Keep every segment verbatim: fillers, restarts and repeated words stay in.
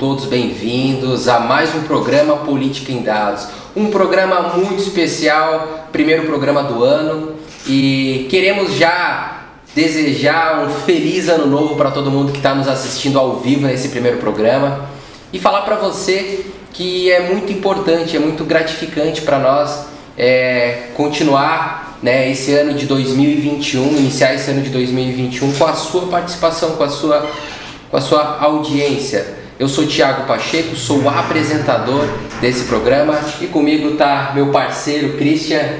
todos bem-vindos a mais um programa Política em Dados. Um programa muito especial, primeiro programa do ano, e queremos já desejar um feliz ano novo para todo mundo que está nos assistindo ao vivo nesse primeiro programa e falar para você que é muito importante, é muito gratificante para nós é, continuar né, esse ano de dois mil e vinte e um, iniciar esse ano de dois mil e vinte e um com a sua participação, com a sua, com a sua audiência. Eu sou Thiago Pacheco, sou o apresentador desse programa e comigo está meu parceiro Christian.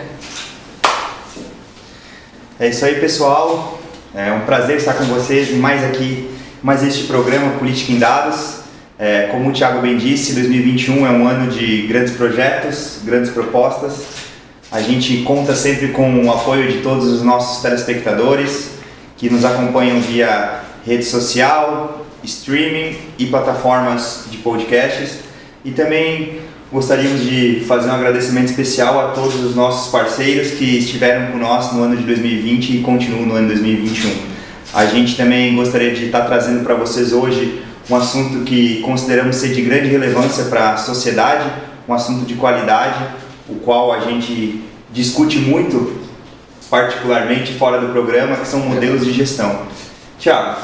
É isso aí, pessoal. É um prazer estar com vocês em mais aqui, mais este programa Política em Dados. É, como o Thiago bem disse, dois mil e vinte e um é um ano de grandes projetos, grandes propostas. A gente conta sempre com o apoio de todos os nossos telespectadores que nos acompanham via rede social, streaming e plataformas de podcasts. E também gostaríamos de fazer um agradecimento especial a todos os nossos parceiros que estiveram conosco no ano de dois mil e vinte e continuam no ano de dois mil e vinte e um. A gente também gostaria de estar trazendo para vocês hoje um assunto que consideramos ser de grande relevância para a sociedade, um assunto de qualidade, o qual a gente discute muito, particularmente fora do programa, que são modelos de gestão. Thiago,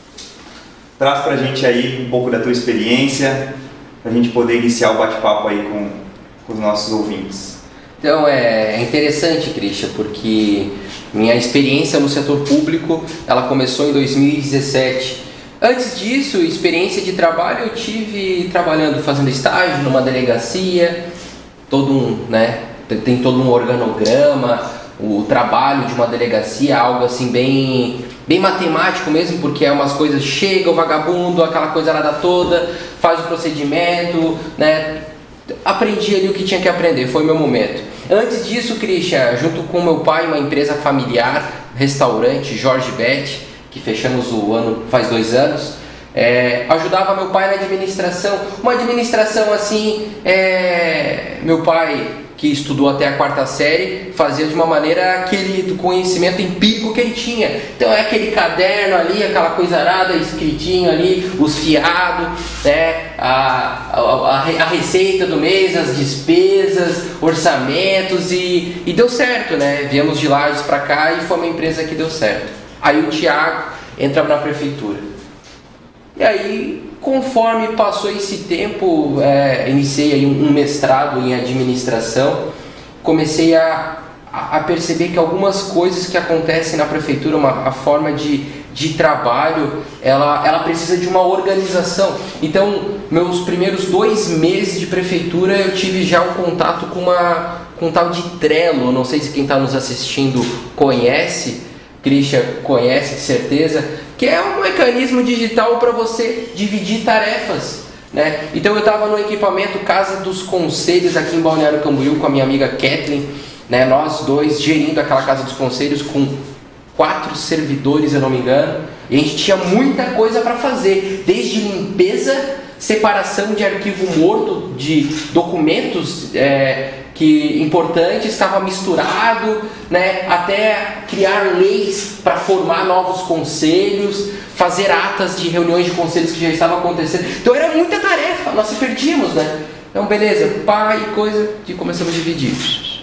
traz para a gente aí um pouco da tua experiência, para a gente poder iniciar o bate-papo aí com, com os nossos ouvintes. Então é interessante, Christian, porque minha experiência no setor público ela começou em dois mil e dezessete. Antes disso, experiência de trabalho eu tive trabalhando, fazendo estágio numa delegacia, todo um, né, tem todo um organograma, o trabalho de uma delegacia, algo assim bem, bem matemático mesmo, porque é umas coisas, chega o vagabundo, aquela coisa nada toda, faz o procedimento, né, aprendi ali o que tinha que aprender, foi meu momento. Antes disso, Christian, junto com meu pai, uma empresa familiar, restaurante, Jorge Bet, que fechamos o ano faz dois anos, é, ajudava meu pai na administração, uma administração assim, é, meu pai que estudou até a quarta série, fazia de uma maneira aquele do conhecimento empírico que ele tinha. Então é aquele caderno ali, aquela coisa arada, escritinho ali, os fiados, né, a, a, a receita do mês, as despesas, orçamentos e, e deu certo, né? Viemos de Lages para cá e foi uma empresa que deu certo. Aí o Thiago entra na prefeitura. E aí, conforme passou esse tempo, é, iniciei aí um mestrado em administração, comecei a, a perceber que algumas coisas que acontecem na prefeitura, uma, a forma de, de trabalho, ela, ela precisa de uma organização. Então, meus primeiros dois meses de prefeitura, eu tive já um contato com, uma, com um tal de Trello, não sei se quem está nos assistindo conhece, Christian conhece de certeza, que é um mecanismo digital para você dividir tarefas, né? Então eu estava no equipamento Casa dos Conselhos aqui em Balneário Camboriú com a minha amiga Kathleen, né? Nós dois gerindo aquela Casa dos Conselhos com quatro servidores, eu não me engano, e a gente tinha muita coisa para fazer, desde limpeza, separação de arquivo morto, de documentos é, que importantes, estava misturado, né, até criar leis para formar novos conselhos, fazer atas de reuniões de conselhos que já estavam acontecendo. Então era muita tarefa, nós se perdíamos, né? Então beleza, pá e coisa, que começamos a dividir,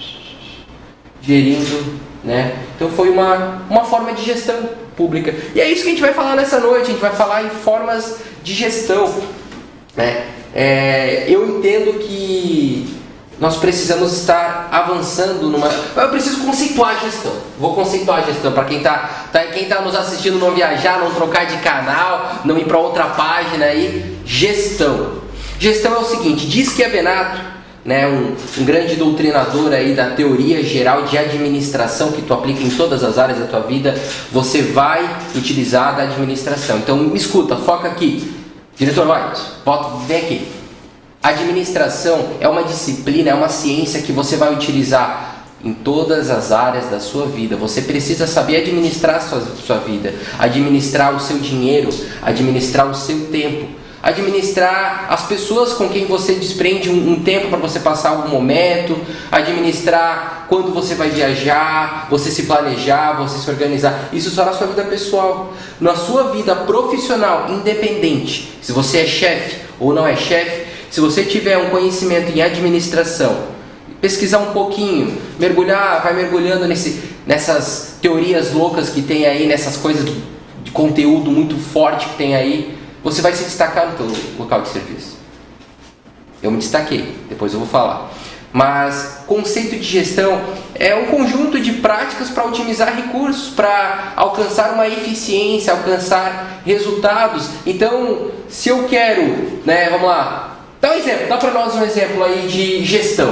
gerindo, né? Então foi uma, uma forma de gestão pública. E é isso que a gente vai falar nessa noite, a gente vai falar em formas de gestão, né? É, eu entendo que nós precisamos estar avançando numa... Eu preciso conceituar a gestão. Vou conceituar a gestão para quem está tá, quem tá nos assistindo não viajar, não trocar de canal, não ir para outra página aí. Gestão. Gestão é o seguinte, diz que Avenato, né, um, um grande doutrinador aí da teoria geral de administração que tu aplica em todas as áreas da tua vida, você vai utilizar da administração. Então me escuta, foca aqui. Diretor White, volta, vem aqui. Administração é uma disciplina, é uma ciência que você vai utilizar em todas as áreas da sua vida. Você precisa saber administrar a sua, sua vida, administrar o seu dinheiro, administrar o seu tempo, administrar as pessoas com quem você desprende um, um tempo para você passar algum momento, administrar quando você vai viajar, você se planejar, você se organizar. Isso só na sua vida pessoal. Na sua vida profissional, independente, se você é chefe ou não é chefe, se você tiver um conhecimento em administração, pesquisar um pouquinho, mergulhar, vai mergulhando nesse, nessas teorias loucas que tem aí, nessas coisas de conteúdo muito forte que tem aí, você vai se destacar no teu local de serviço. Eu me destaquei, depois eu vou falar. Mas conceito de gestão é um conjunto de práticas para otimizar recursos, para alcançar uma eficiência, alcançar resultados. Então, se eu quero, né, vamos lá, dá um exemplo, dá para nós um exemplo aí de gestão.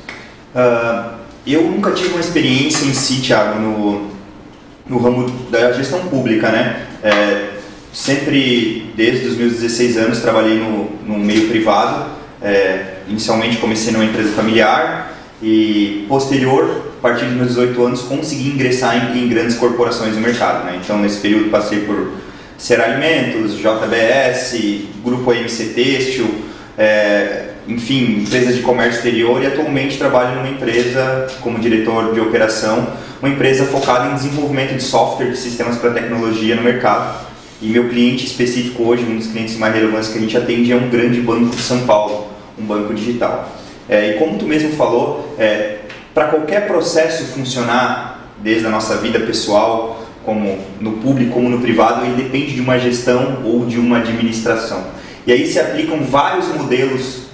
Uh, eu nunca tive uma experiência em si, Thiago, no, no ramo da gestão pública, né? É, sempre, desde os meus dezesseis anos, trabalhei no, no meio privado. É, inicialmente comecei numa empresa familiar e posterior, a partir dos meus dezoito anos, consegui ingressar em, em grandes corporações do mercado, né? Então nesse período passei por Ceará Alimentos, J B S, Grupo M C Têxtil, é, enfim, empresas de comércio exterior, e atualmente trabalho numa empresa como diretor de operação, uma empresa focada em desenvolvimento de software de sistemas para tecnologia no mercado. E meu cliente específico hoje, um dos clientes mais relevantes que a gente atende, é um grande banco de São Paulo, um banco digital. É, e como tu mesmo falou, é, para qualquer processo funcionar, desde a nossa vida pessoal, como no público, como no privado, ele depende de uma gestão ou de uma administração. E aí se aplicam vários modelos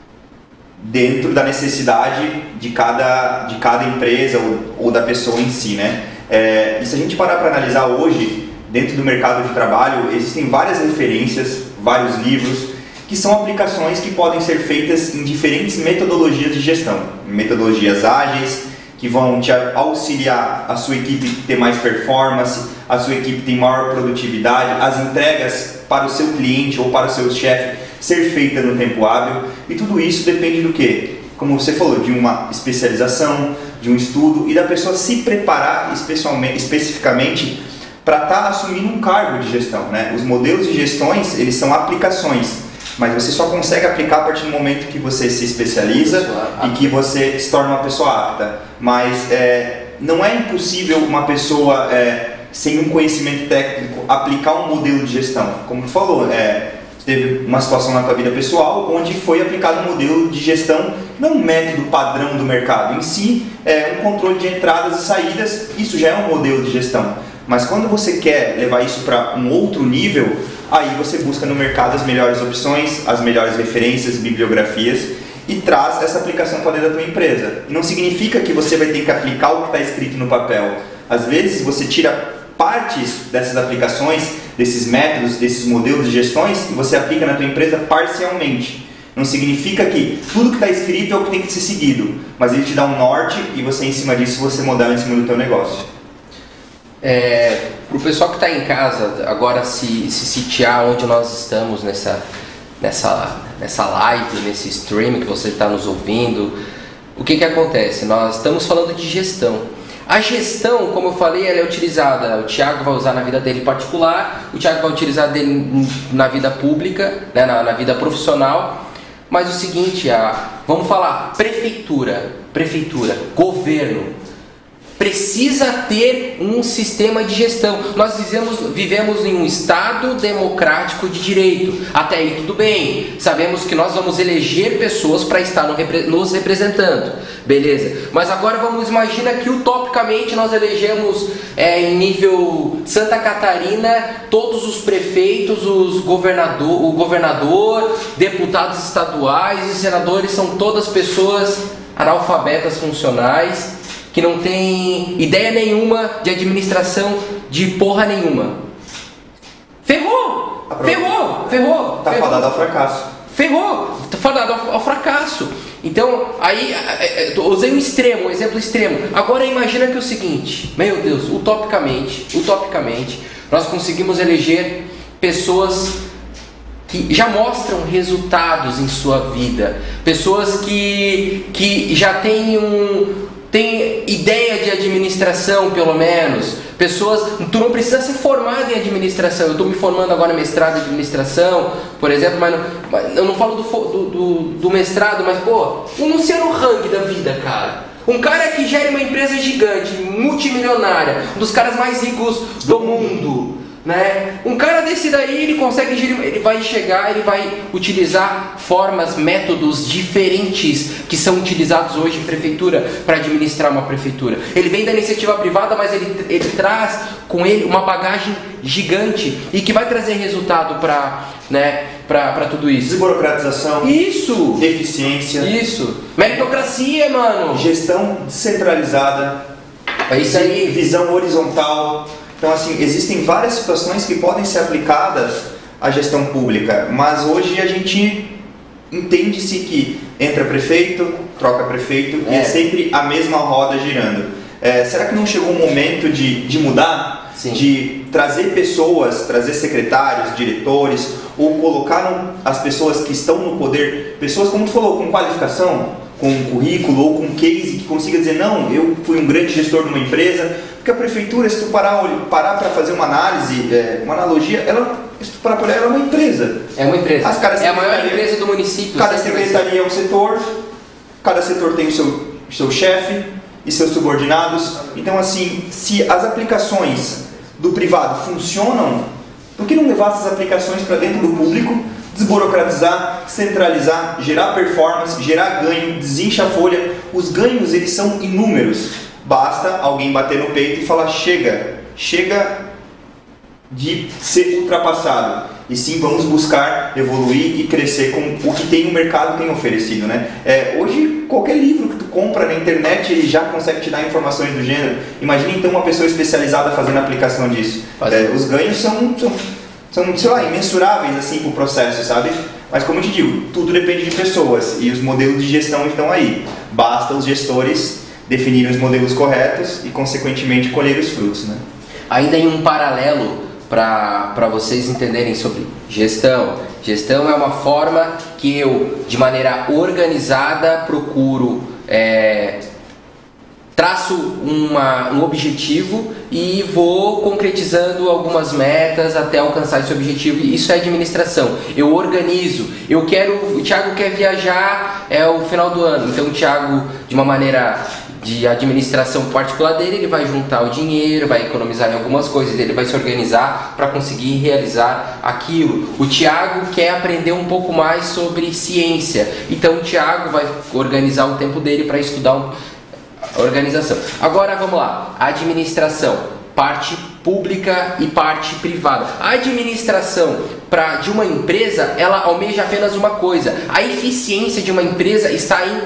dentro da necessidade de cada, de cada empresa ou, ou da pessoa em si, né? É, e se a gente parar para analisar hoje, dentro do mercado de trabalho, existem várias referências, vários livros, que são aplicações que podem ser feitas em diferentes metodologias de gestão. Metodologias ágeis, que vão te auxiliar a sua equipe ter mais performance, a sua equipe ter maior produtividade, as entregas para o seu cliente ou para o seu chefe ser feita no tempo hábil. E tudo isso depende do quê? Como você falou, de uma especialização, de um estudo e da pessoa se preparar especificamente para estar tá assumindo um cargo de gestão, né? Os modelos de gestões, eles são aplicações, mas você só consegue aplicar a partir do momento que você se especializa e que você se torna uma pessoa apta. Mas é, não é impossível uma pessoa, é, sem um conhecimento técnico, aplicar um modelo de gestão. Como tu falou, é, teve uma situação na tua vida pessoal onde foi aplicado um modelo de gestão, não um método padrão do mercado, em si é um controle de entradas e saídas, isso já é um modelo de gestão. Mas quando você quer levar isso para um outro nível, aí você busca no mercado as melhores opções, as melhores referências, bibliografias e traz essa aplicação para dentro da tua empresa. Não significa que você vai ter que aplicar o que está escrito no papel. Às vezes você tira partes dessas aplicações, desses métodos, desses modelos de gestões e você aplica na tua empresa parcialmente. Não significa que tudo que está escrito é o que tem que ser seguido, mas ele te dá um norte e você, em cima disso, você modelar em cima do teu negócio. É, para o pessoal que está em casa, agora se, se sitiar onde nós estamos nessa, nessa, nessa live, nesse stream que você está nos ouvindo, o que, que acontece? Nós estamos falando de gestão. A gestão, como eu falei, ela é utilizada, o Thiago vai usar na vida dele particular, o Thiago vai utilizar dele na vida pública, né, na, na vida profissional. Mas o seguinte, a, vamos falar, prefeitura, prefeitura, governo, precisa ter um sistema de gestão. Nós vivemos, vivemos em um Estado democrático de direito. Até aí tudo bem. Sabemos que nós vamos eleger pessoas para estar no, nos representando. Beleza. Mas agora vamos imaginar que utopicamente nós elegemos é, em nível Santa Catarina todos os prefeitos, os governador, o governador, deputados estaduais e senadores são todas pessoas analfabetas funcionais, que não tem ideia nenhuma de administração de porra nenhuma. Ferrou! Ferrou! Ferrou! Tá fadado ao fracasso. Ferrou! Tá fadado ao, ao fracasso. Então, aí, eu usei um extremo, um exemplo extremo. Agora imagina que é o seguinte, meu Deus, utopicamente, utopicamente, nós conseguimos eleger pessoas que já mostram resultados em sua vida. Pessoas que, que já têm um... tem ideia de administração, pelo menos. Pessoas, tu não precisa ser formado em administração. Eu estou me formando agora em mestrado em administração, por exemplo, mas, não, mas eu não falo do, do, do, do mestrado, mas pô, um Luciano Hang da vida, cara. Um cara que gera uma empresa gigante, multimilionária, um dos caras mais ricos do mundo. né? Um cara desse daí, ele consegue, ele vai chegar, ele vai utilizar formas, métodos diferentes que são utilizados hoje em prefeitura para administrar uma prefeitura. Ele vem da iniciativa privada, mas ele, ele traz com ele uma bagagem gigante e que vai trazer resultado para, né, para tudo isso. Desburocratização. Isso. Eficiência. Isso. Meritocracia, mano. Gestão descentralizada. É isso aí. Visão horizontal. Então, assim, existem várias situações que podem ser aplicadas à gestão pública, mas hoje a gente entende-se que entra prefeito, troca prefeito, é. E é sempre a mesma roda girando. É, será que não chegou um momento de, de mudar? Sim. De trazer pessoas, trazer secretários, diretores, ou colocar as pessoas que estão no poder, pessoas, como tu falou, com qualificação, com um currículo ou com um case que consiga dizer, não, eu fui um grande gestor de uma empresa, porque a prefeitura, se tu parar parar para fazer uma análise, é, uma analogia, ela, se tu parar para olhar, ela é uma empresa. É uma empresa. As, cada é a maior empresa do município. Cada secretaria é um setor, cada setor tem o seu, seu chefe e seus subordinados. Então, assim, se as aplicações do privado funcionam, por que não levar essas aplicações para dentro do público? Desburocratizar, centralizar, gerar performance, gerar ganho, desincha a folha. Os ganhos, eles são inúmeros. Basta alguém bater no peito e falar, chega, chega de ser ultrapassado. E sim, vamos buscar evoluir e crescer com o que tem o mercado tem oferecido, né? É, hoje, qualquer livro que tu compra na internet, ele já consegue te dar informações do gênero. Imagina então uma pessoa especializada fazendo a aplicação disso. É, os ganhos são... são são, sei lá, imensuráveis assim para o processo, sabe? Mas como eu te digo, tudo depende de pessoas e os modelos de gestão estão aí. Basta os gestores definirem os modelos corretos e, consequentemente, colher os frutos, né? Ainda em um paralelo para vocês entenderem sobre gestão. Gestão é uma forma que eu, de maneira organizada, procuro... É, traço uma, um objetivo e vou concretizando algumas metas até alcançar esse objetivo. Isso é administração. Eu organizo. Eu quero. O Thiago quer viajar é o final do ano. Então o Thiago, de uma maneira de administração particular dele, ele vai juntar o dinheiro, vai economizar em algumas coisas, ele vai se organizar para conseguir realizar aquilo. O Thiago quer aprender um pouco mais sobre ciência. Então o Thiago vai organizar o tempo dele para estudar um organização. Agora vamos lá, administração, parte pública e parte privada. A administração pra, de uma empresa, ela almeja apenas uma coisa: a eficiência de uma empresa está em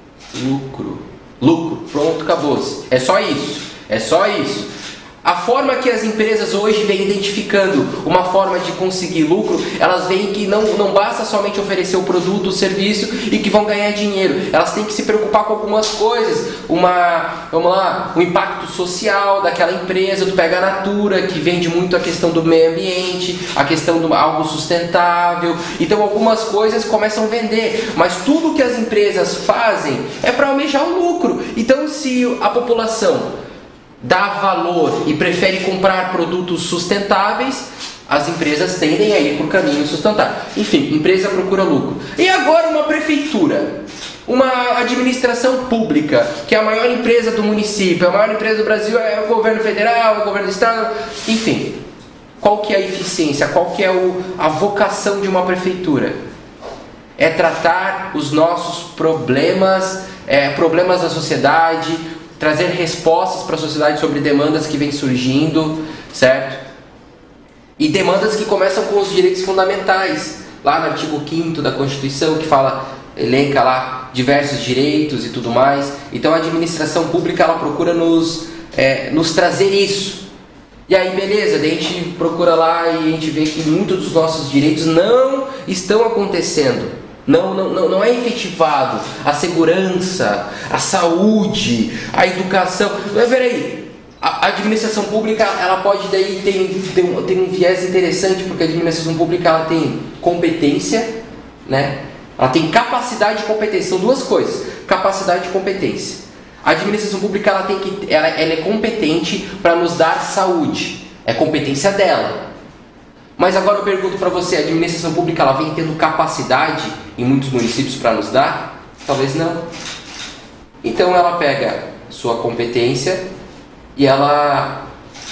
lucro. Lucro, pronto, acabou-se. É só isso, é só isso. A forma que as empresas hoje vêm identificando uma forma de conseguir lucro, elas veem que não, não basta somente oferecer o produto, o serviço e que vão ganhar dinheiro. Elas têm que se preocupar com algumas coisas. Uma, vamos lá, o impacto social daquela empresa. Tu pega a Natura, que vende muito a questão do meio ambiente, a questão de algo sustentável. Então algumas coisas começam a vender, mas tudo que as empresas fazem é para almejar o lucro. Então se a população dá valor e prefere comprar produtos sustentáveis, as empresas tendem a ir por caminho sustentável. Enfim, empresa procura lucro. E agora uma prefeitura, uma administração pública, que é a maior empresa do município, a maior empresa do Brasil é o governo federal, é o governo do estado, enfim. Qual que é a eficiência? Qual que é o, a vocação de uma prefeitura? É tratar os nossos problemas, é, problemas da sociedade, trazer respostas para a sociedade sobre demandas que vêm surgindo, certo? E demandas que começam com os direitos fundamentais, lá no artigo quinto da Constituição, que fala, elenca lá diversos direitos e tudo mais. Então a administração pública, ela procura nos, é, nos trazer isso. E aí beleza, daí a gente procura lá e a gente vê que muitos dos nossos direitos não estão acontecendo. Não, não, não, não é efetivado a segurança, a saúde, a educação. Mas peraí, a administração pública, ela pode daí ter, ter, um, ter um viés interessante, porque a administração pública, ela tem competência, né? Ela tem capacidade e competência, são duas coisas, capacidade e competência. A administração pública, ela, tem que, ela, ela é competente para nos dar saúde, é competência dela. Mas agora eu pergunto para você, a administração pública, ela vem tendo capacidade em muitos municípios para nos dar? Talvez não. Então ela pega sua competência e ela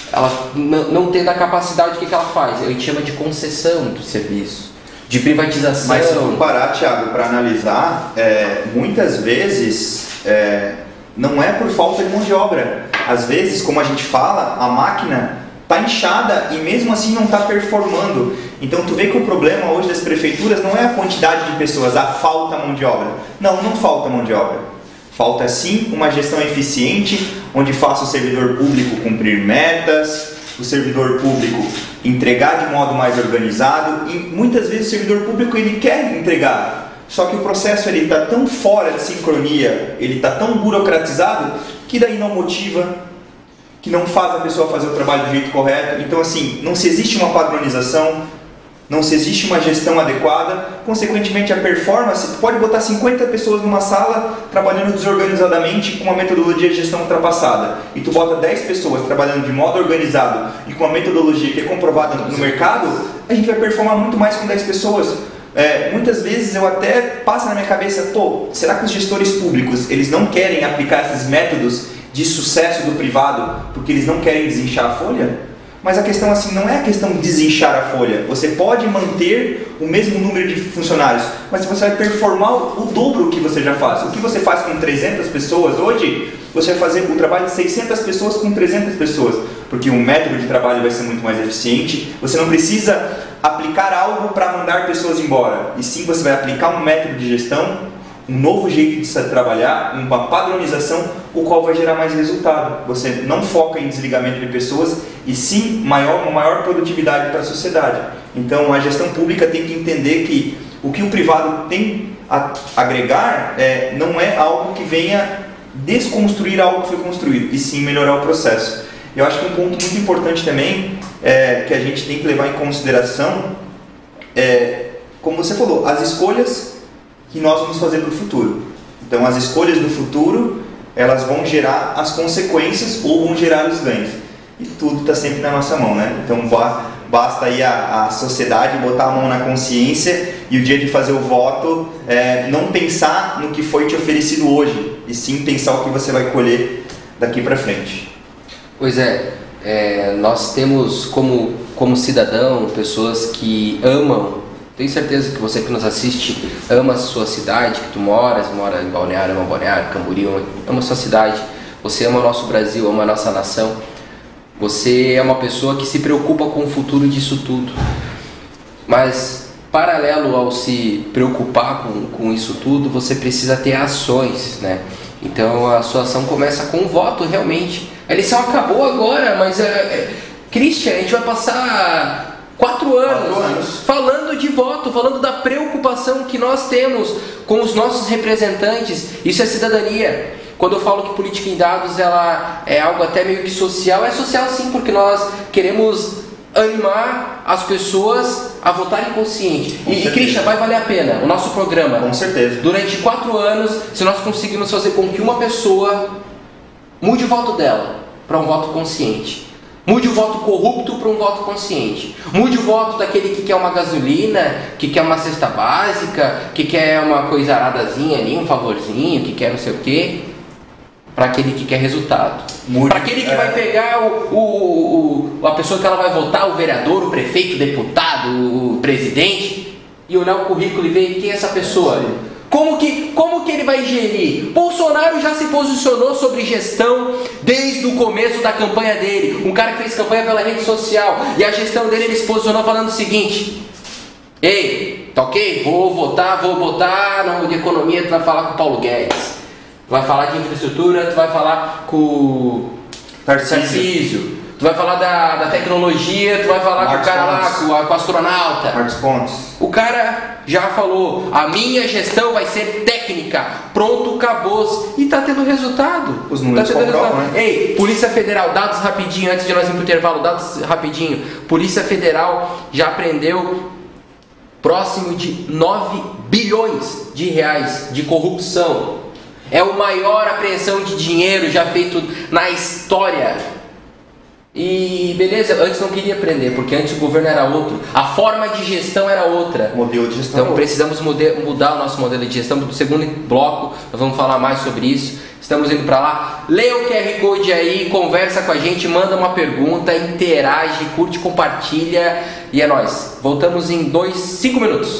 ela não tendo a capacidade, o que, que ela faz? A gente chama de concessão do serviço, de privatização. Mas se eu parar, Thiago, para analisar, é, muitas vezes é, não é por falta de mão de obra. Às vezes, como a gente fala, a máquina está inchada e mesmo assim não está performando. Então tu vê que o problema hoje das prefeituras não é a quantidade de pessoas, a falta mão de obra. Não, não falta mão de obra. Falta sim uma gestão eficiente, onde faça o servidor público cumprir metas, o servidor público entregar de modo mais organizado, e muitas vezes o servidor público ele quer entregar, só que o processo está tão fora de sincronia, ele está tão burocratizado, que daí não motiva, que não faz a pessoa fazer o trabalho do jeito correto. Então assim, não se existe uma padronização, não se existe uma gestão adequada, consequentemente a performance, tu pode botar cinquenta pessoas numa sala trabalhando desorganizadamente com uma metodologia de gestão ultrapassada, e tu bota dez pessoas trabalhando de modo organizado e com uma metodologia que é comprovada no mercado, a gente vai performar muito mais com dez pessoas. É, muitas vezes eu até passo na minha cabeça, pô, será que os gestores públicos eles não querem aplicar esses métodos de sucesso do privado porque eles não querem desinchar a folha? Mas a questão assim não é a questão de desinchar a folha. Você pode manter o mesmo número de funcionários, mas você vai performar o dobro que você já faz. O que você faz com trezentas pessoas hoje, você vai fazer o trabalho de seiscentas pessoas com trezentas pessoas, porque o método de trabalho vai ser muito mais eficiente. Você não precisa aplicar algo para mandar pessoas embora, e sim você vai aplicar um método de gestão, um novo jeito de se trabalhar, uma padronização, o qual vai gerar mais resultado. Você não foca em desligamento de pessoas, e sim maior, uma maior produtividade para a sociedade. Então a gestão pública tem que entender que o que o privado tem a agregar é, não é algo que venha desconstruir algo que foi construído, e sim melhorar o processo. Eu acho que um ponto muito importante também, é, que a gente tem que levar em consideração, é, como você falou, as escolhas que nós vamos fazer para o futuro. Então as escolhas do futuro, elas vão gerar as consequências ou vão gerar os ganhos. E tudo está sempre na nossa mão, né? Então basta aí a, a sociedade botar a mão na consciência, e o dia de fazer o voto, é, não pensar no que foi te oferecido hoje, e sim pensar o que você vai colher daqui para frente. Pois é, é, nós temos como, como cidadão pessoas que amam. Tenho certeza que você que nos assiste ama a sua cidade, que tu moras, mora em Balneário, ama Balneário, Camboriú, ama a sua cidade, você ama o nosso Brasil, ama a nossa nação. Você é uma pessoa que se preocupa com o futuro disso tudo. Mas, paralelo ao se preocupar com, com isso tudo, você precisa ter ações, né? Então a sua ação começa com o voto, realmente. A eleição acabou agora, mas, é, é, Christian, a gente vai passar Quatro anos, Quatro anos falando de voto, falando da preocupação que nós temos com os nossos representantes. Isso é cidadania. Quando eu falo que política em dados ela é algo até meio que social, é social sim, porque nós queremos animar as pessoas a votarem consciente. E, e Christian, vai valer a pena o nosso programa. Com certeza. Durante quatro anos, se nós conseguirmos fazer com que uma pessoa mude o voto dela para um voto consciente. Mude o voto corrupto para um voto consciente. Mude o voto daquele que quer uma gasolina, que quer uma cesta básica, que quer uma coisa aradazinha ali, um favorzinho, que quer não sei o quê, para aquele que quer resultado. Para aquele que é. vai pegar o, o, o, a pessoa que ela vai votar, o vereador, o prefeito, o deputado, o presidente, e olhar o currículo e ver quem é essa pessoa. Como que, como que ele vai gerir? Bolsonaro já se posicionou sobre gestão desde o começo da campanha dele. Um cara que fez campanha pela rede social. E a gestão dele, ele se posicionou falando o seguinte: ei, tá ok? Vou votar, vou botar no de economia, tu vai falar com o Paulo Guedes. Tu vai falar de infraestrutura, tu vai falar com o Tarcísio. Tu vai falar da, da tecnologia, tu vai falar Marcos com o cara lá, com, a, com o astronauta. Marcos Pontes. O cara já falou, a minha gestão vai ser técnica, pronto, acabou. E tá tendo resultado. Os números tá tendo comprovam, resultado. Né? Ei, Polícia Federal, dados rapidinho, antes de nós ir pro intervalo, dados rapidinho. Polícia Federal já prendeu próximo de nove bilhões de reais de corrupção. É a maior apreensão de dinheiro já feito na história. E beleza, antes não queria prender, porque antes o governo era outro, a forma de gestão era outra. O modelo de gestão. Então precisamos mudar o nosso modelo de gestão. No segundo bloco nós vamos falar mais sobre isso. Estamos indo para lá. Lê o Q R Code aí, conversa com a gente, manda uma pergunta, interage, curte, compartilha e é nóis. Voltamos em dois, cinco minutos.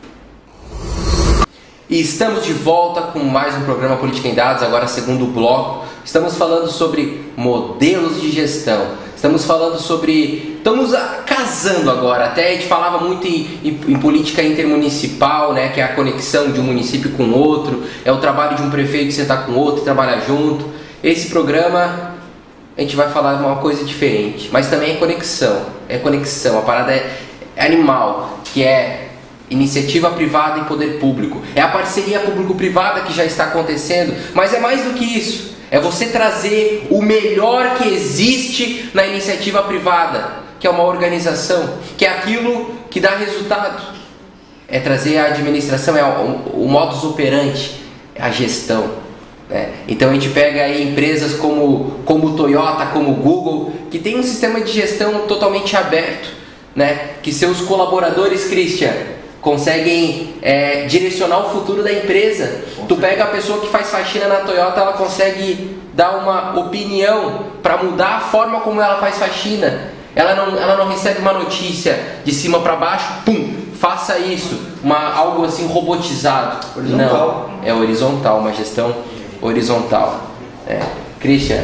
E estamos de volta com mais um programa Política em Dados, agora segundo bloco. Estamos falando sobre modelos de gestão. Estamos falando sobre... Estamos casando agora. Até a gente falava muito em, em, em política intermunicipal, né? Que é a conexão de um município com outro. É o trabalho de um prefeito sentar com outro e trabalhar junto. Esse programa a gente vai falar de uma coisa diferente. Mas também é conexão. É conexão. A parada é, é animal, que é... iniciativa privada e poder público. É a parceria público-privada que já está acontecendo, mas é mais do que isso. É você trazer o melhor que existe na iniciativa privada, que é uma organização, que é aquilo que dá resultado. É trazer a administração, é o, o modus operandi, é a gestão. Né? Então a gente pega aí empresas como, como Toyota, como Google, que tem um sistema de gestão totalmente aberto, né? Que seus colaboradores, Christian, conseguem é, direcionar o futuro da empresa. Tu pega a pessoa que faz faxina na Toyota, ela consegue dar uma opinião para mudar a forma como ela faz faxina. Ela não, ela não recebe uma notícia de cima para baixo, pum, faça isso, uma, algo assim robotizado. Horizontal. Não, é horizontal, uma gestão horizontal. É. Christian.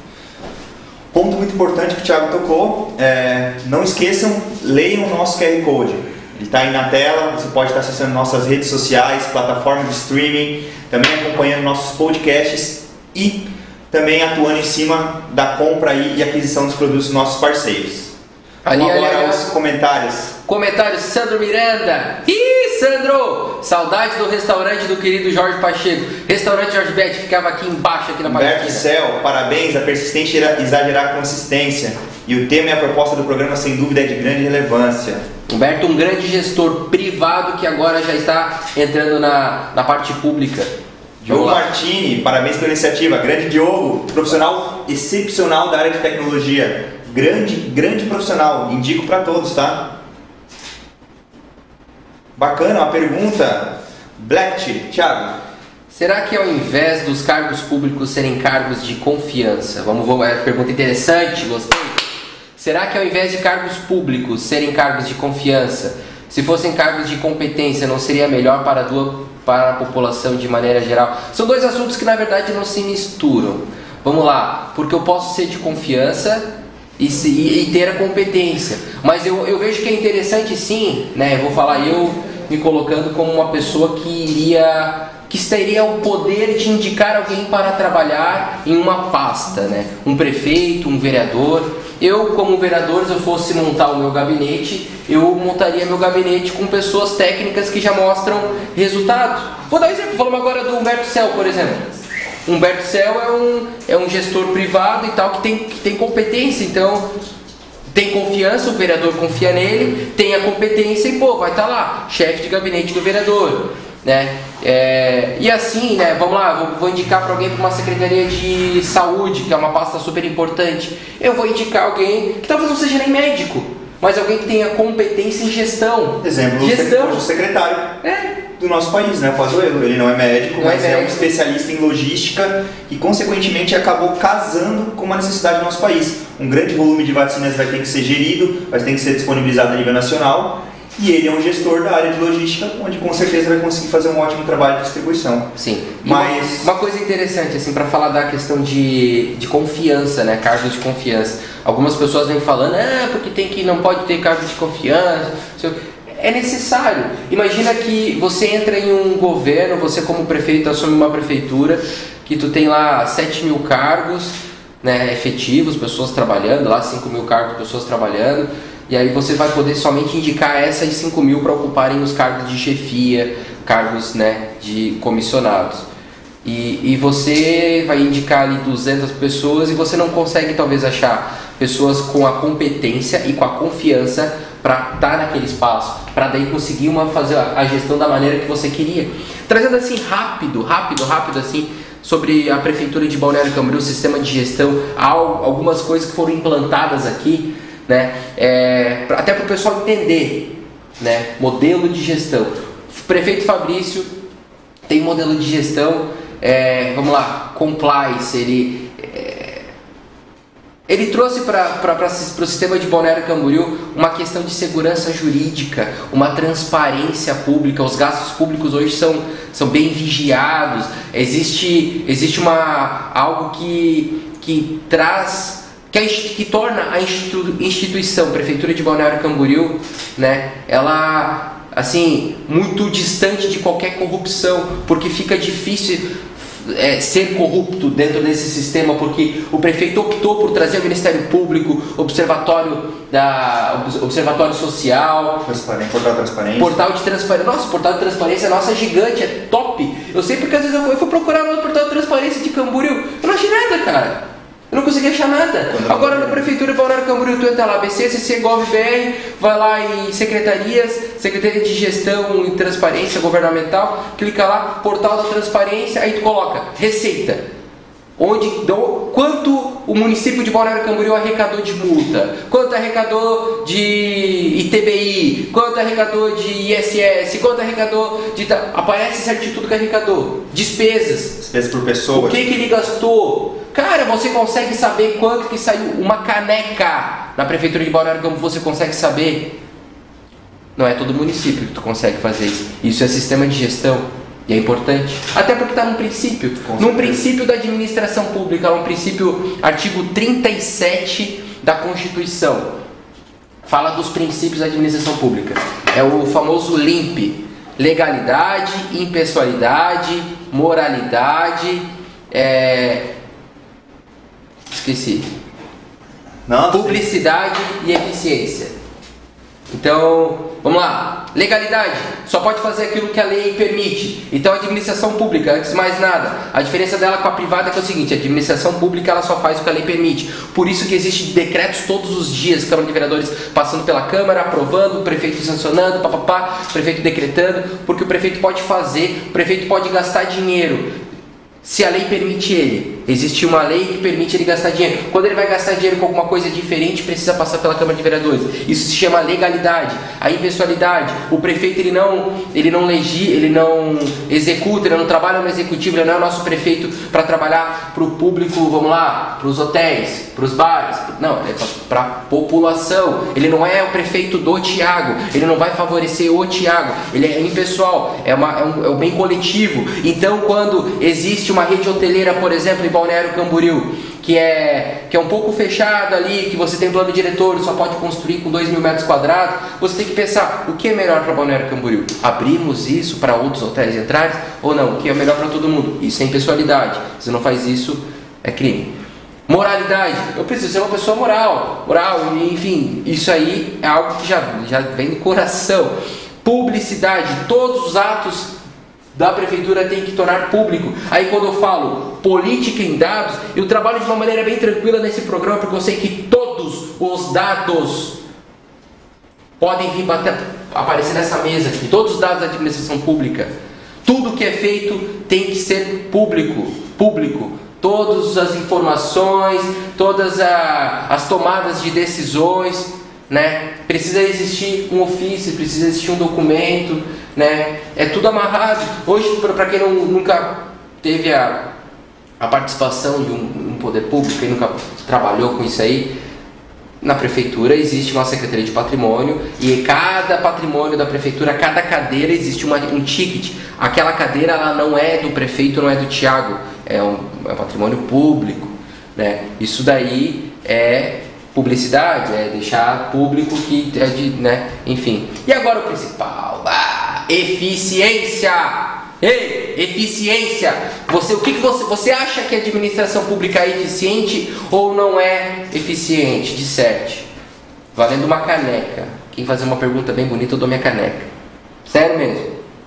Ponto muito importante que o Thiago tocou, é, não esqueçam, leiam o nosso Q R Code. Ele está aí na tela, você pode estar acessando nossas redes sociais, plataformas de streaming, também acompanhando nossos podcasts e também atuando em cima da compra e aquisição dos produtos dos nossos parceiros. Ali, Vamos agora ali, aos comentários. Comentários, Sandro Miranda. Ih, Sandro! Saudade do restaurante do querido Jorge Pacheco. Restaurante Jorge Bet ficava aqui embaixo, aqui na Humberto Pachequina. Cel, parabéns, a persistência irá exagerar a consistência. E o tema e a proposta do programa, sem dúvida, é de grande relevância. Humberto, um grande gestor privado que agora já está entrando na, na parte pública. Diogo Martini, parabéns pela iniciativa. Grande Diogo, profissional excepcional da área de tecnologia. Grande, grande profissional. Indico para todos, tá? Bacana, uma pergunta. Black, Thiago. Será que ao invés dos cargos públicos serem cargos de confiança, vamos, vamos é uma pergunta interessante, gostei. Será que ao invés de cargos públicos serem cargos de confiança, se fossem cargos de competência, não seria melhor para a, do, para a população de maneira geral? São dois assuntos que na verdade não se misturam. Vamos lá, porque eu posso ser de confiança e, se, e, e ter a competência, mas eu, eu vejo que é interessante sim, né? Eu vou falar eu me colocando como uma pessoa que iria... que teria o poder de indicar alguém para trabalhar em uma pasta, né? Um prefeito, um vereador. Eu, como vereador, se eu fosse montar o meu gabinete, eu montaria meu gabinete com pessoas técnicas que já mostram resultado. Vou dar um exemplo, falamos agora do Humberto Cel, por exemplo. Humberto Cel é um, é um gestor privado e tal, que tem, que tem competência, então... tem confiança, o vereador confia nele, tem a competência e, pô, vai estar lá, chefe de gabinete do vereador. Né? É, e assim, né, vamos lá, vou, vou indicar para alguém para uma secretaria de saúde, que é uma pasta super importante. Eu vou indicar alguém que talvez não seja nem médico, mas alguém que tenha competência em gestão. Exemplo, gestão. o secretário é. do nosso país, né, Pazuello. Ele não é médico, não mas é, é médico. um especialista em logística e, consequentemente, acabou casando com uma necessidade do nosso país. Um grande volume de vacinas vai ter que ser gerido, vai ter que ser disponibilizado a nível nacional. E ele é um gestor da área de logística, onde com certeza vai conseguir fazer um ótimo trabalho de distribuição. Sim. Mas uma, uma coisa interessante, assim, para falar da questão de, de confiança, né? Cargos de confiança. Algumas pessoas vêm falando, ah, porque tem que, não pode ter cargo de confiança. É necessário. Imagina que você entra em um governo, você como prefeito assume uma prefeitura, que tu tem lá sete mil cargos, né, efetivos, pessoas trabalhando, lá cinco mil cargos, pessoas trabalhando. E aí você vai poder somente indicar essas cinco mil para ocuparem os cargos de chefia, cargos, né, de comissionados. E, e você vai indicar ali duzentas pessoas e você não consegue talvez achar pessoas com a competência e com a confiança para estar naquele espaço, para daí conseguir uma, fazer a gestão da maneira que você queria. Trazendo assim rápido, rápido, rápido assim, sobre a Prefeitura de Balneário Camboriú, o sistema de gestão, há algumas coisas que foram implantadas aqui, né, é, até para o pessoal entender, né, modelo de gestão. O prefeito Fabrício tem modelo de gestão é, vamos lá, compliance, ele, é, ele trouxe para o sistema de Balneário Camboriú uma questão de segurança jurídica, uma transparência pública. Os gastos públicos hoje são, são bem vigiados, existe, existe uma, algo que, que traz... Que, a, que torna a institu, instituição Prefeitura de Balneário Camboriú, né, ela, assim, muito distante de qualquer corrupção, porque fica difícil é, ser corrupto dentro desse sistema, porque o prefeito optou por trazer o Ministério Público, Observatório, da, Observatório Social, Transparência, Portal de Transparência. Portal de Transparência. Nossa, o Portal de Transparência, nossa, é gigante, é top. Eu sei porque às vezes eu fui, eu fui procurar no Portal de Transparência de Camboriú, eu não achei nada, cara. Eu não consegui achar nada. Agora na Prefeitura de Balneário Camboriú, tu entra lá, B C, C C, Gov B R, vai lá em secretarias, Secretaria de Gestão e Transparência Governamental, clica lá, Portal da Transparência, aí tu coloca Receita. Onde, quanto o município de Balneário Camboriú arrecadou de multa, quanto arrecadou de I T B I, quanto arrecadou de I S S, quanto arrecadou de... Aparece certinho tudo que arrecadou. Despesas. Despesas por pessoa. O que, que ele gastou. Cara, você consegue saber quanto que saiu uma caneca na Prefeitura de Balneário Camboriú, você consegue saber. Não é todo município que tu consegue fazer isso. Isso é sistema de gestão. E é importante, até porque está num princípio, num princípio da administração pública, um princípio, artigo trinta e sete da Constituição, fala dos princípios da administração pública, é o famoso LIMP, legalidade, impessoalidade, moralidade, é... esqueci, Nossa. Publicidade e eficiência. Então, vamos lá. Legalidade, só pode fazer aquilo que a lei permite. Então, a administração pública, antes de mais nada, a diferença dela com a privada é, que é o seguinte: a administração pública ela só faz o que a lei permite. Por isso que existem decretos todos os dias, Câmara de Vereadores passando pela Câmara, aprovando, o prefeito sancionando, papapá, o prefeito decretando, porque o prefeito pode fazer, o prefeito pode gastar dinheiro se a lei permite ele. Existe uma lei que permite ele gastar dinheiro. Quando ele vai gastar dinheiro com alguma coisa diferente, precisa passar pela Câmara de Vereadores. Isso se chama legalidade. A impessoalidade, o prefeito ele não, ele não legi, ele não executa, ele não trabalha no executivo, ele não é o nosso prefeito para trabalhar para o público, vamos lá, para os hotéis, para os bares. Não, é para a população. Ele não é o prefeito do Tiago, ele não vai favorecer o Tiago. Ele é impessoal, é, uma, é, um, é um bem coletivo. Então, quando existe uma rede hoteleira, por exemplo, em Balneário Camboriú, que é, que é um pouco fechada ali, que você tem plano diretor e só pode construir com dois mil metros quadrados, você tem que pensar, o que é melhor para Balneário Camboriú? Abrimos isso para outros hotéis entrarem ou não? O que é melhor para todo mundo? Isso é impessoalidade. Se não faz isso, é crime. Moralidade, eu preciso ser uma pessoa moral, moral, enfim, isso aí é algo que já, já vem do coração. Publicidade, todos os atos da prefeitura tem que tornar público. Aí quando eu falo política em dados, eu trabalho de uma maneira bem tranquila nesse programa, porque eu sei que todos os dados podem vir bater, aparecer nessa mesa aqui, todos os dados da administração pública. Tudo que é feito tem que ser público, público. Todas as informações, todas a, as tomadas de decisões, né? Precisa existir um ofício, precisa existir um documento, né? É tudo amarrado. Hoje, para quem não, nunca teve a, a participação de um, um poder público, quem nunca trabalhou com isso aí, na prefeitura existe uma secretaria de patrimônio e cada patrimônio da prefeitura, cada cadeira existe uma, um ticket. Aquela cadeira ela não é do prefeito, não é do Tiago, é um, é um patrimônio público, né? Isso daí é publicidade, é deixar público que é de, né? Enfim. E agora o principal, ah, eficiência. Ei, eficiência. Você, o que, que você, você acha que a administração pública é eficiente ou não é eficiente? Disserte. Valendo uma caneca. Quem fazer uma pergunta bem bonita, eu dou minha caneca. Sério mesmo.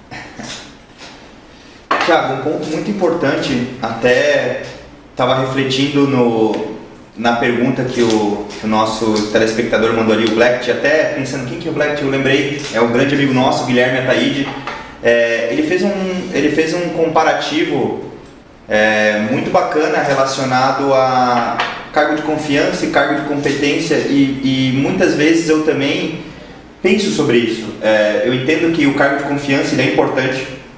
Tiago, um ponto muito importante, até estava refletindo no, na pergunta que o, que o nosso telespectador mandou ali, o Black, até pensando quem que é o Black, eu lembrei, é um grande amigo nosso, Guilherme Ataíde. É, ele, fez um, ele fez um comparativo é, muito bacana relacionado a cargo de confiança e cargo de competência e, e muitas vezes eu também penso sobre isso. É, eu entendo que o cargo de confiança ele é importante,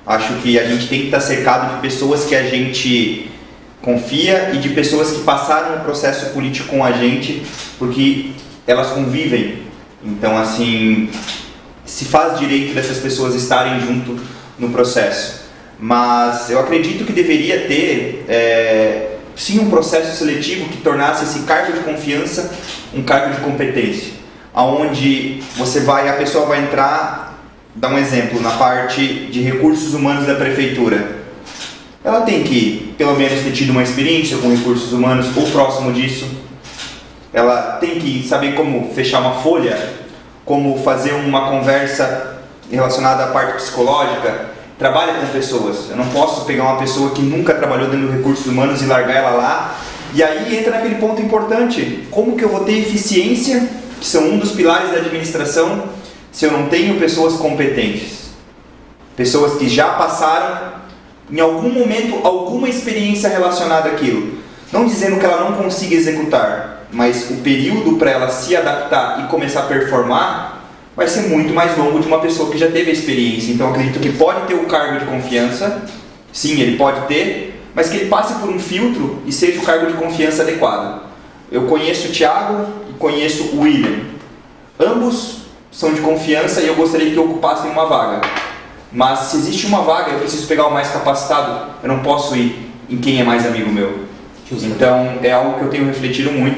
Acho que a gente tem que estar cercado de pessoas que a gente confia e de pessoas que passaram o processo político com a gente, porque elas convivem. Então, assim, se faz direito dessas pessoas estarem junto no processo. Mas eu acredito que deveria ter, é, sim, um processo seletivo que tornasse esse cargo de confiança um cargo de competência, aonde você vai, a pessoa vai entrar, dar um exemplo, na parte de recursos humanos da prefeitura. Ela tem que, pelo menos, ter tido uma experiência com recursos humanos ou próximo disso. Ela tem que saber como fechar uma folha, como fazer uma conversa relacionada à parte psicológica. Trabalha com pessoas. Eu não posso pegar uma pessoa que nunca trabalhou dentro de recursos humanos e largar ela lá. E aí entra naquele ponto importante. Como que eu vou ter eficiência, que são um dos pilares da administração, se eu não tenho pessoas competentes? Pessoas que já passaram, em algum momento, alguma experiência relacionada àquilo. Não dizendo que ela não consiga executar, mas o período para ela se adaptar e começar a performar vai ser muito mais longo de uma pessoa que já teve a experiência. Então, acredito que pode ter o cargo de confiança, sim, ele pode ter, mas que ele passe por um filtro e seja o cargo de confiança adequado. Eu conheço o Thiago e conheço o William. Ambos são de confiança e eu gostaria que ocupassem uma vaga. Mas se existe uma vaga, eu preciso pegar o mais capacitado. Eu não posso ir em quem é mais amigo meu. Então, é algo que eu tenho refletido muito.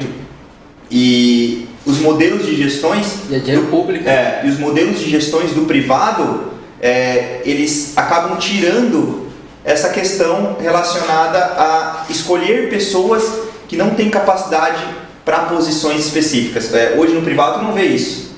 E os modelos de gestões... E é dinheiro público. É, e os modelos de gestões do privado, é, eles acabam tirando essa questão relacionada a escolher pessoas que não têm capacidade para posições específicas. É, hoje no privado não vê isso.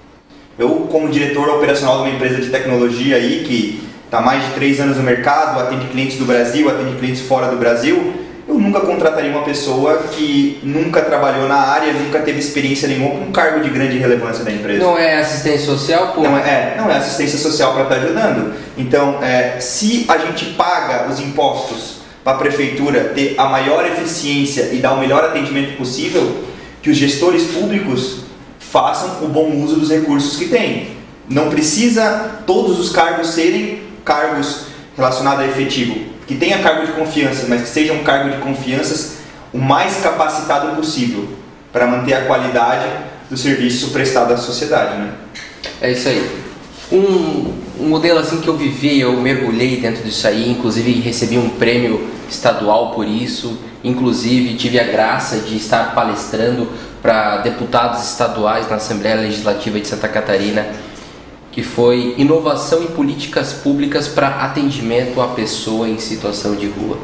Eu, como diretor operacional de uma empresa de tecnologia aí, que está há mais de três anos no mercado, atende clientes do Brasil, atende clientes fora do Brasil, eu nunca contrataria uma pessoa que nunca trabalhou na área, nunca teve experiência nenhuma com um cargo de grande relevância da empresa. Não é assistência social, pô? Não é, não é assistência social para estar ajudando. Então, é, se a gente paga os impostos para a prefeitura ter a maior eficiência e dar o melhor atendimento possível, que os gestores públicos façam o bom uso dos recursos que têm. Não precisa todos os cargos serem cargos relacionados a efetivo. Que tenha cargo de confiança, mas que seja um cargo de confianças o mais capacitado possível para manter a qualidade do serviço prestado à sociedade, né? É isso aí. Um, um modelo assim que eu vivi, eu mergulhei dentro disso aí, inclusive recebi um prêmio estadual por isso, inclusive tive a graça de estar palestrando para deputados estaduais na Assembleia Legislativa de Santa Catarina, que foi inovação em políticas públicas para atendimento à pessoa em situação de rua.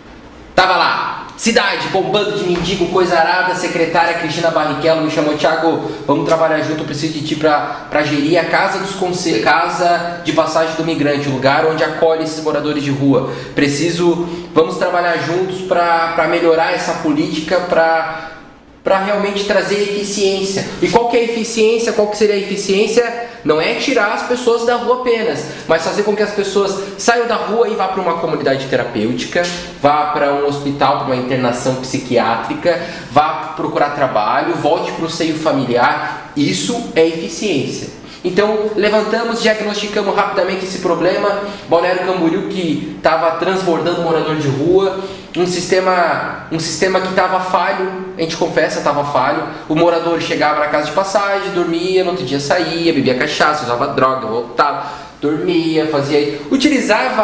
Tava lá, cidade, bombando de mendigo, coisa arada, a secretária Cristina Barrichello me chamou: Thiago, vamos trabalhar junto, eu preciso de ti para gerir a casa, dos conce... casa de passagem do migrante, o lugar onde acolhe esses moradores de rua. Preciso, vamos trabalhar juntos para melhorar essa política, para para realmente trazer eficiência. E qual que é a eficiência? Qual que seria a eficiência? Não é tirar as pessoas da rua apenas, mas fazer com que as pessoas saiam da rua e vá para uma comunidade terapêutica, vá para um hospital, para uma internação psiquiátrica, vá procurar trabalho, volte para o seio familiar. Isso é eficiência. Então, levantamos, diagnosticamos rapidamente esse problema. Balneário Camboriú, que estava transbordando morador de rua, um sistema, um sistema que estava falho, a gente confessa, estava falho. O morador chegava na casa de passagem, dormia, no outro dia saía, bebia cachaça, usava droga, voltava, dormia, fazia... Utilizava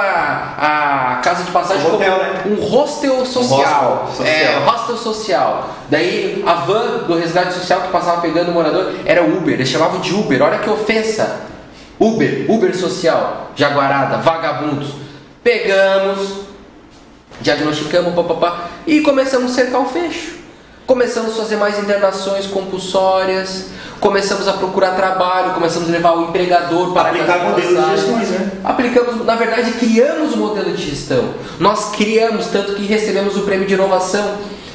a casa de passagem um hotel, como né? um hostel social. Um hostel social. É, hostel social. Daí a van do resgate social que passava pegando o morador era Uber, eles chamavam de Uber, olha que ofensa. Uber, Uber social, jaguarada, vagabundos. Pegamos, diagnosticamos, papapá, e começamos a cercar o fecho. Começamos a fazer mais internações compulsórias, começamos a procurar trabalho, começamos a levar o empregador para aplicar modelos de gestões, né? Aplicamos, na verdade, criamos o modelo de gestão. Nós criamos, tanto que recebemos o prêmio de inovação.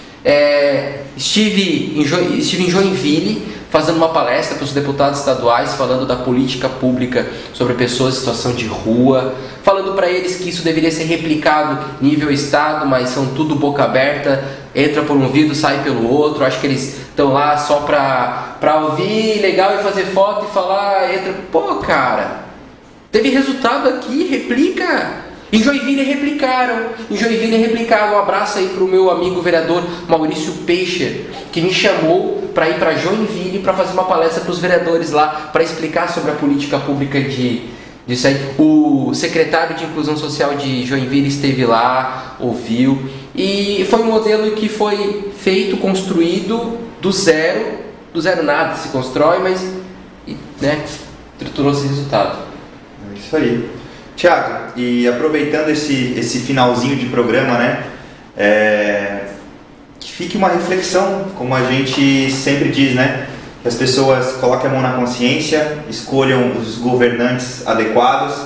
É, estive, em jo, estive em Joinville fazendo uma palestra para os deputados estaduais, falando da política pública sobre pessoas em situação de rua, falando para eles que isso deveria ser replicado nível estado, mas são tudo boca aberta, entra por um vidro, sai pelo outro. Acho que eles estão lá só para para ouvir, legal, e fazer foto e falar, entra. Pô, cara, teve resultado aqui, replica. Em Joinville replicaram, em Joinville replicaram. Um abraço aí para o meu amigo vereador Maurício Peixe, que me chamou para ir para Joinville para fazer uma palestra para os vereadores lá, para explicar sobre a política pública de, disso aí. O secretário de Inclusão Social de Joinville esteve lá, ouviu, e foi um modelo que foi feito, construído do zero, do zero nada se constrói, mas, né, trouxe resultado. É isso aí. Tiago, e aproveitando esse, esse finalzinho de programa, né, é, que fique uma reflexão, como a gente sempre diz, né, que as pessoas coloquem a mão na consciência, escolham os governantes adequados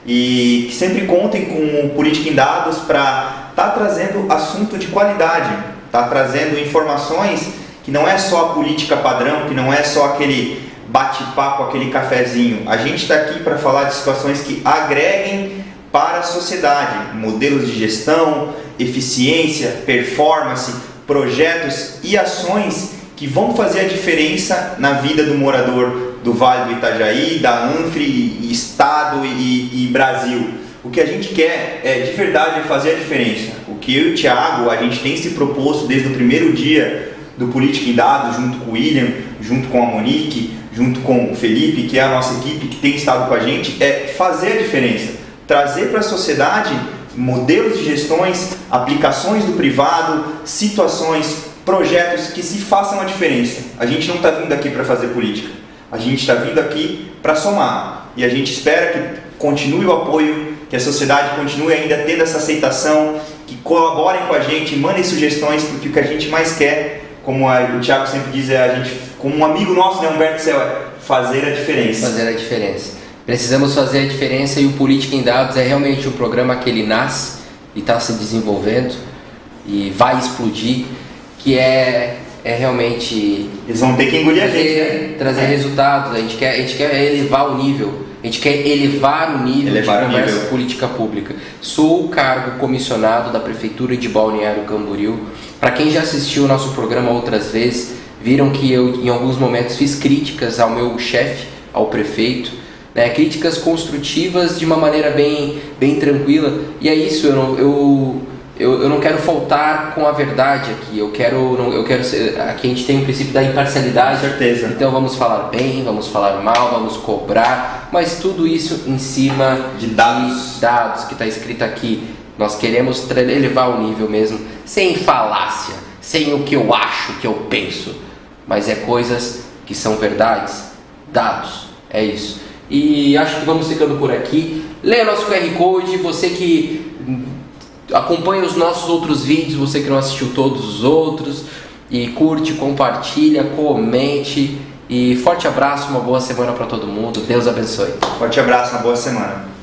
e que sempre contem com o Política em Dados para estar tá trazendo assunto de qualidade, tá trazendo informações que não é só a política padrão, que não é só aquele bate-papo, aquele cafezinho. A gente está aqui para falar de situações que agreguem para a sociedade, modelos de gestão, eficiência, performance, projetos e ações que vão fazer a diferença na vida do morador do Vale do Itajaí, da Anfre, Estado e, e Brasil. O que a gente quer é de verdade fazer a diferença. O que eu e o Thiago, a gente tem se proposto desde o primeiro dia do Política em Dados, junto com o William, junto com a Monique, junto com o Felipe, que é a nossa equipe que tem estado com a gente, é fazer a diferença, trazer para a sociedade modelos de gestões, aplicações do privado, situações, projetos que se façam a diferença. A gente não está vindo aqui para fazer política, a gente está vindo aqui para somar, e a gente espera que continue o apoio, que a sociedade continue ainda tendo essa aceitação, que colaborem com a gente, mandem sugestões, porque o que a gente mais quer, como a, o Thiago sempre diz, é a gente, como um amigo nosso, né, Humberto Céu, é fazer a diferença. Fazer a diferença. Precisamos fazer a diferença, e o Política em Dados é realmente um programa que ele nasce e está se desenvolvendo e vai explodir, que é, é realmente... Eles vão ter que engolir trazer, a gente, né? Trazer é. resultados. A gente, quer, a gente quer elevar o nível, a gente quer elevar o nível elevar de conversa nível. política pública. Sou o cargo comissionado da Prefeitura de Balneário Camboriú. Para quem já assistiu o nosso programa outras vezes, viram que eu em alguns momentos fiz críticas ao meu chefe, ao prefeito, né, críticas construtivas de uma maneira bem, bem tranquila, e é isso, eu não, eu, eu, eu não quero faltar com a verdade aqui, eu quero, não, eu quero ser, aqui a gente tem o princípio da imparcialidade, com certeza. Então vamos falar bem, vamos falar mal, vamos cobrar, mas tudo isso em cima de dados, de dados que está escrito aqui. Nós queremos elevar o nível mesmo, sem falácia, sem o que eu acho, o que eu penso, mas é coisas que são verdades, dados, é isso. E acho que vamos ficando por aqui. Leia nosso Q R Code, você que acompanha os nossos outros vídeos, você que não assistiu todos os outros, e curte, compartilha, comente, e forte abraço, uma boa semana para todo mundo, Deus abençoe. Forte abraço, uma boa semana.